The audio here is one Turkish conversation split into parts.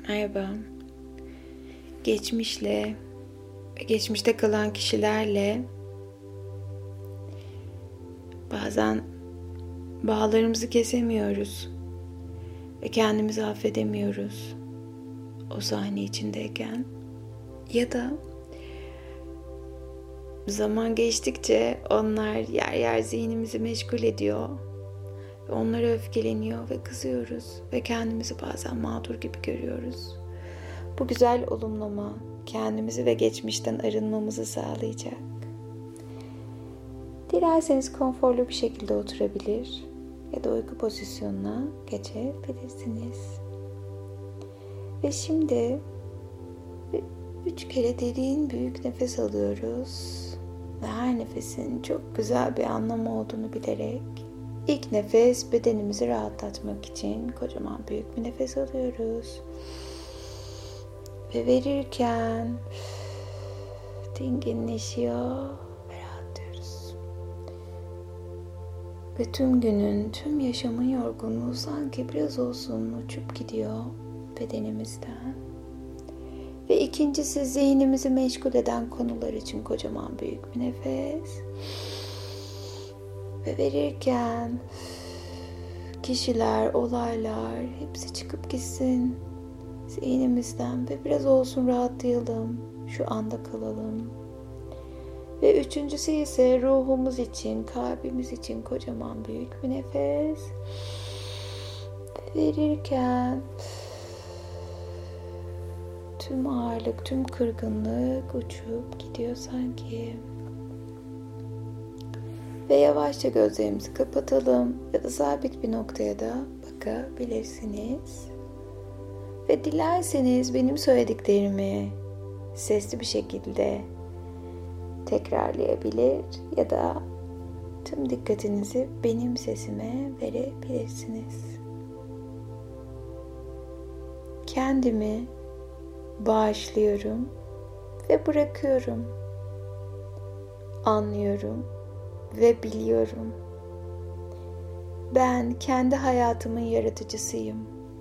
Merhaba. Geçmişle ve geçmişte kalan kişilerle bazen bağlarımızı kesemiyoruz ve kendimizi affedemiyoruz o sahne içindeyken. Ya da zaman geçtikçe onlar yer yer zihnimizi meşgul ediyor. Onlara öfkeleniyor ve kızıyoruz ve kendimizi bazen mağdur gibi görüyoruz. Bu güzel olumlama kendimizi ve geçmişten arınmamızı sağlayacak. Dilerseniz konforlu bir şekilde oturabilir ya da uyku pozisyonuna geçebilirsiniz. Ve şimdi 3 kere derin büyük nefes alıyoruz ve her nefesin çok güzel bir anlamı olduğunu bilerek İlk nefes bedenimizi rahatlatmak için kocaman büyük bir nefes alıyoruz. Ve verirken dinginleşiyor ve rahatlıyoruz. Ve tüm günün, tüm yaşamın yorgunluğu sanki biraz olsun uçup gidiyor bedenimizden. Ve ikincisi zihnimizi meşgul eden konular için kocaman büyük bir nefes. Ve verirken kişiler, olaylar hepsi çıkıp gitsin zihnimizden ve biraz olsun rahatlayalım, şu anda kalalım. Ve üçüncüsü ise ruhumuz için, kalbimiz için kocaman büyük bir nefes. Ve verirken tüm ağırlık, tüm kırgınlık uçup gidiyor sanki. Ve yavaşça gözlerimizi kapatalım ya da sabit bir noktaya da bakabilirsiniz. Ve dilerseniz benim söylediklerimi sesli bir şekilde tekrarlayabilir ya da tüm dikkatinizi benim sesime verebilirsiniz. Kendimi bağışlıyorum ve bırakıyorum. Anlıyorum ve biliyorum. Ben kendi hayatımın yaratıcısıyım.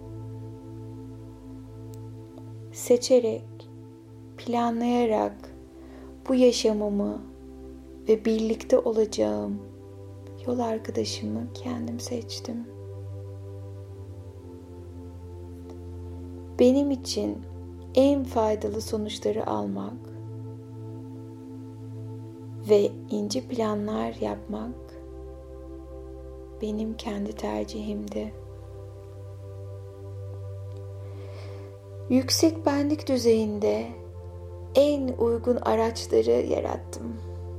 Seçerek, planlayarak bu yaşamımı ve birlikte olacağım yol arkadaşımı kendim seçtim. Benim için en faydalı sonuçları almak ve ince planlar yapmak benim kendi tercihimdi. Yüksek benlik düzeyinde en uygun araçları yarattım.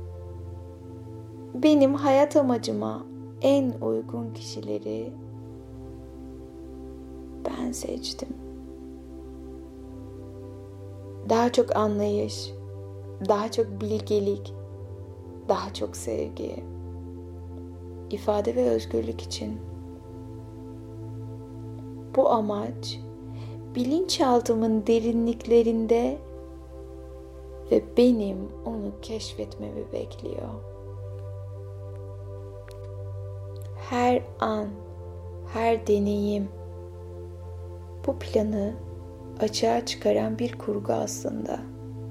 Benim hayat amacıma en uygun kişileri ben seçtim. Daha çok anlayış, daha çok bilgelik, daha çok sevgi, ifade ve özgürlük için. Bu amaç bilinçaltımın derinliklerinde ve benim onu keşfetmemi bekliyor. Her an, her deneyim bu planı açığa çıkaran bir kurgu aslında.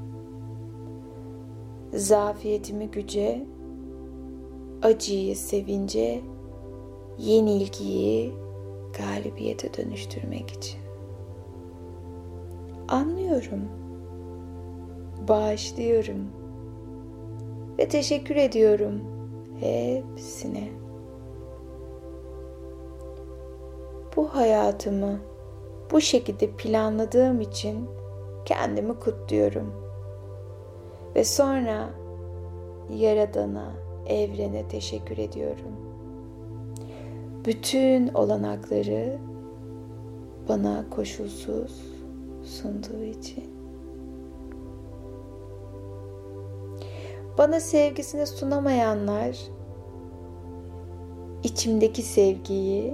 Zafiyetimi güce, acıyı sevince, yenilgiyi galibiyete dönüştürmek için. Anlıyorum, bağışlıyorum ve teşekkür ediyorum hepsine. Bu hayatımı bu şekilde planladığım için kendimi kutluyorum. Ve sonra Yaradan'a, evrene teşekkür ediyorum. Bütün olanakları bana koşulsuz sunduğu için. Bana sevgisini sunamayanlar, içimdeki sevgiyi,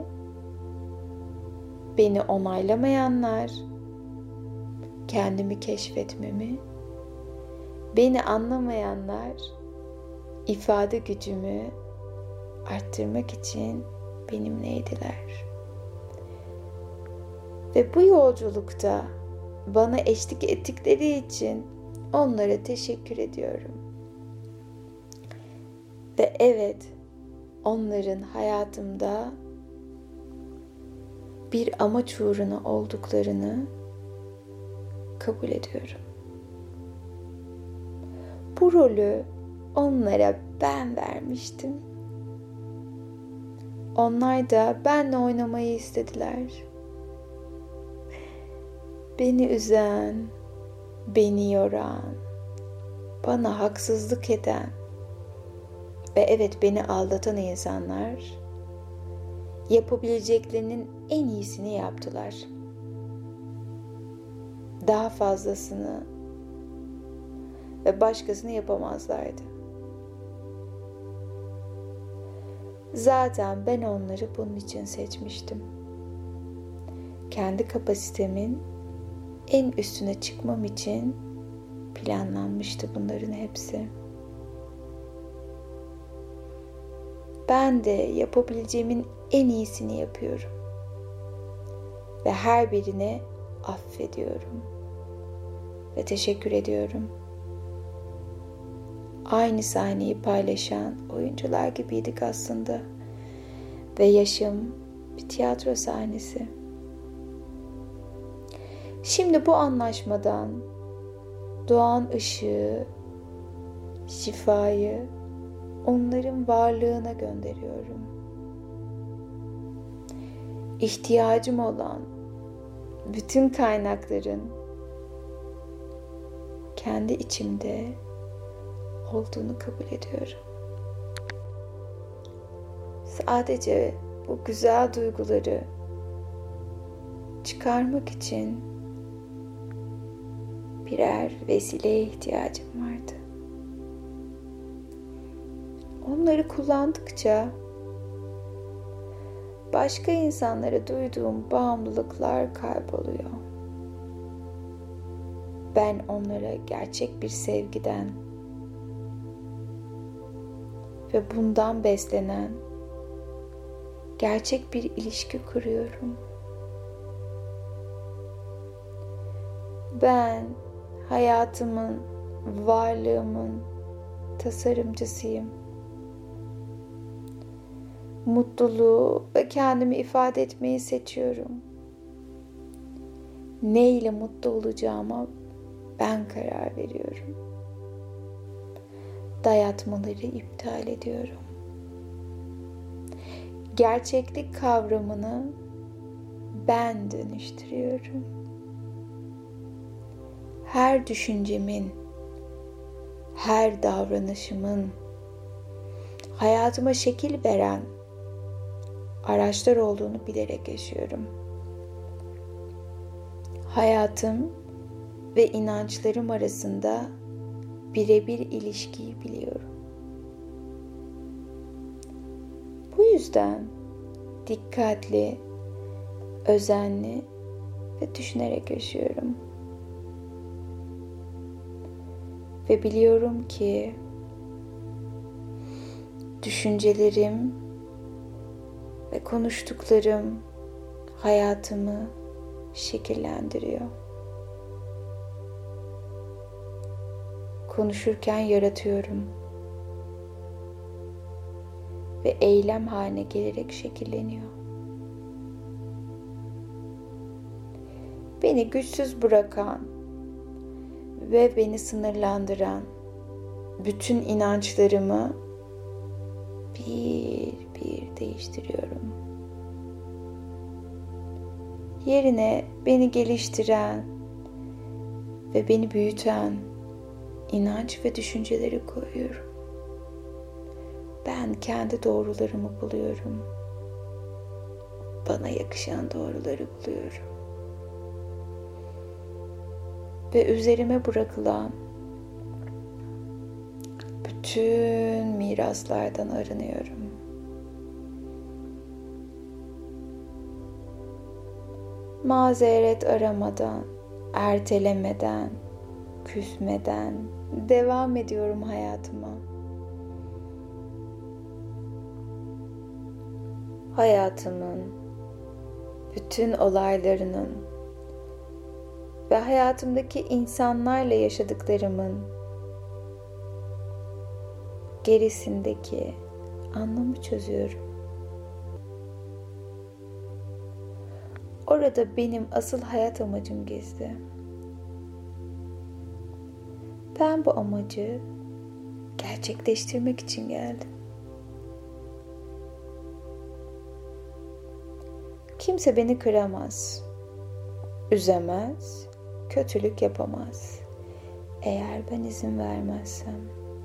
beni onaylamayanlar, kendimi keşfetmemi, beni anlamayanlar, ifade gücümü arttırmak için benimleydiler. Ve bu yolculukta bana eşlik ettikleri için onlara teşekkür ediyorum. Ve evet, onların hayatımda bir amaç uğruna olduklarını kabul ediyorum. Bu rolü onlara ben vermiştim. Onlar da benle oynamayı istediler. Beni üzen, beni yoran, bana haksızlık eden ve evet beni aldatan insanlar yapabileceklerinin en iyisini yaptılar. Daha fazlasını ve başkasını yapamazlardı. Zaten ben onları bunun için seçmiştim. Kendi kapasitemin en üstüne çıkmam için planlanmıştı bunların hepsi. Ben de yapabileceğimin en iyisini yapıyorum. Ve her birine affediyorum. Ve teşekkür ediyorum. Aynı sahneyi paylaşan oyuncular gibiydik aslında. Ve yaşam bir tiyatro sahnesi. Şimdi bu anlaşmadan doğan ışığı, şifayı onların varlığına gönderiyorum. İhtiyacım olan bütün kaynakların kendi içimde olduğunu kabul ediyorum. Sadece bu güzel duyguları çıkarmak için birer vesileye ihtiyacım vardı. Onları kullandıkça başka insanlara duyduğum bağımlılıklar kayboluyor. Ben onlara gerçek bir sevgiden ve bundan beslenen gerçek bir ilişki kuruyorum. Ben hayatımın, varlığımın tasarımcısıyım. Mutluluğu ve kendimi ifade etmeyi seçiyorum. Ne ile mutlu olacağıma ben karar veriyorum. Dayatmaları iptal ediyorum. Gerçeklik kavramını ben dönüştürüyorum. Her düşüncemin, her davranışımın hayatıma şekil veren araçlar olduğunu bilerek yaşıyorum. Hayatım ve inançlarım arasında birebir ilişkiyi biliyorum. Bu yüzden dikkatli, özenli ve düşünerek yaşıyorum. Ve biliyorum ki düşüncelerim ve konuştuklarım hayatımı şekillendiriyor. Konuşurken yaratıyorum ve eylem haline gelerek şekilleniyor. Beni güçsüz bırakan ve beni sınırlandıran bütün inançlarımı bir bir değiştiriyorum. Yerine beni geliştiren ve beni büyüten inanç ve düşünceleri koyuyorum. Ben kendi doğrularımı buluyorum. Bana yakışan doğruları buluyorum. Ve üzerime bırakılan bütün miraslardan arınıyorum. Mazeret aramadan, ertelemeden, küsmeden devam ediyorum hayatıma. Hayatımın bütün olaylarının ve hayatımdaki insanlarla yaşadıklarımın gerisindeki anlamı çözüyorum. Orada benim asıl hayat amacım gizli. Ben bu amacı gerçekleştirmek için geldim. Kimse beni kıramaz, üzemez, kötülük yapamaz. Eğer ben izin vermezsem.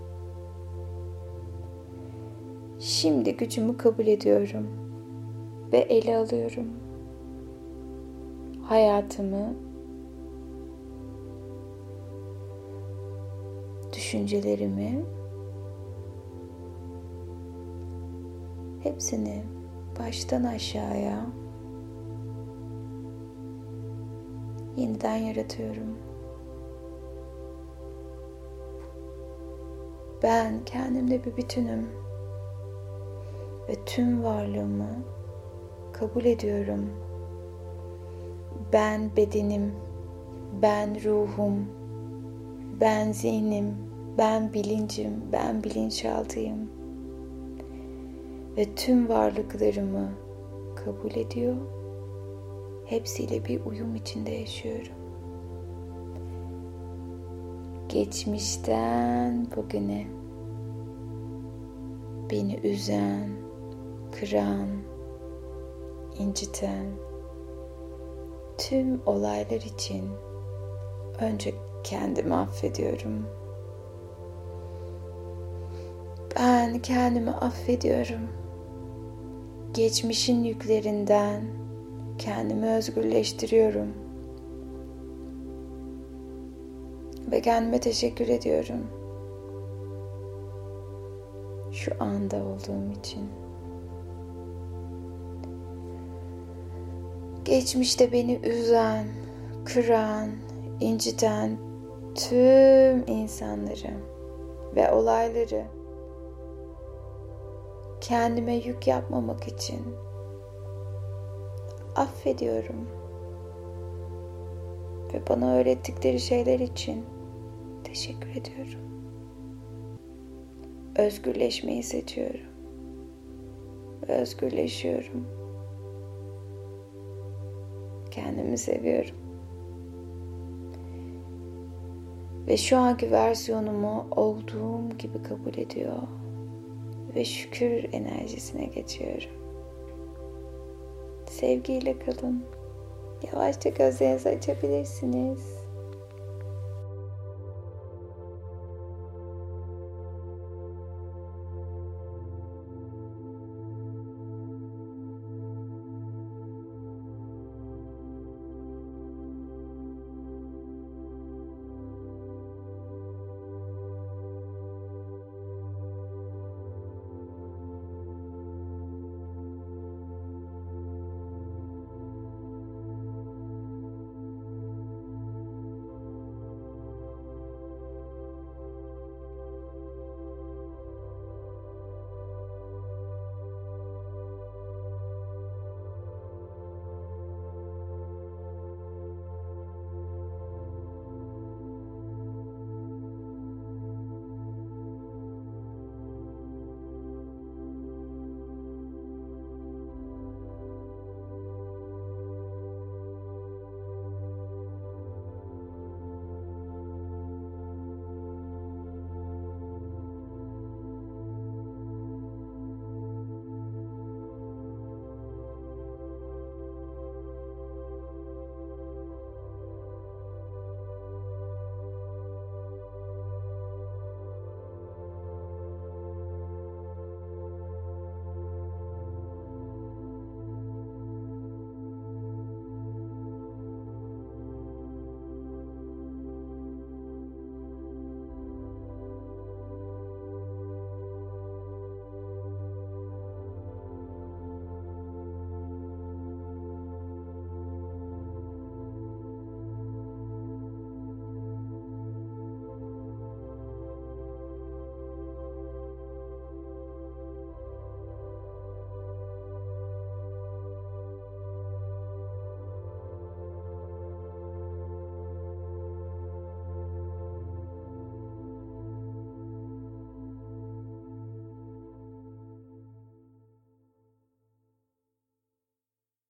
Şimdi gücümü kabul ediyorum ve ele alıyorum. Hayatımı, düşüncelerimi, hepsini baştan aşağıya yeniden yaratıyorum. Ben kendimle bir bütünüm ve tüm varlığımı kabul ediyorum. Ben bedenim, ben ruhum, ben zihnim, ben bilincim, ben bilinçaltıyım. Ve tüm varlıklarımı kabul ediyor. Hepsiyle bir uyum içinde yaşıyorum. Geçmişten bugüne beni üzen, kıran, inciten tüm olaylar için önce kendimi affediyorum. Ben kendimi affediyorum. Geçmişin yüklerinden kendimi özgürleştiriyorum. Ve kendime teşekkür ediyorum. Şu anda olduğum için. Geçmişte beni üzen, kıran, inciten tüm insanları ve olayları kendime yük yapmamak için affediyorum. Ve bana öğrettikleri şeyler için teşekkür ediyorum. Özgürleşmeyi seçiyorum. Ve özgürleşiyorum. Kendimi seviyorum. Ve şu anki versiyonumu olduğum gibi kabul ediyor. Ve şükür enerjisine geçiyorum. Sevgiyle kalın. Yavaşça gözlerinizi açabilirsiniz.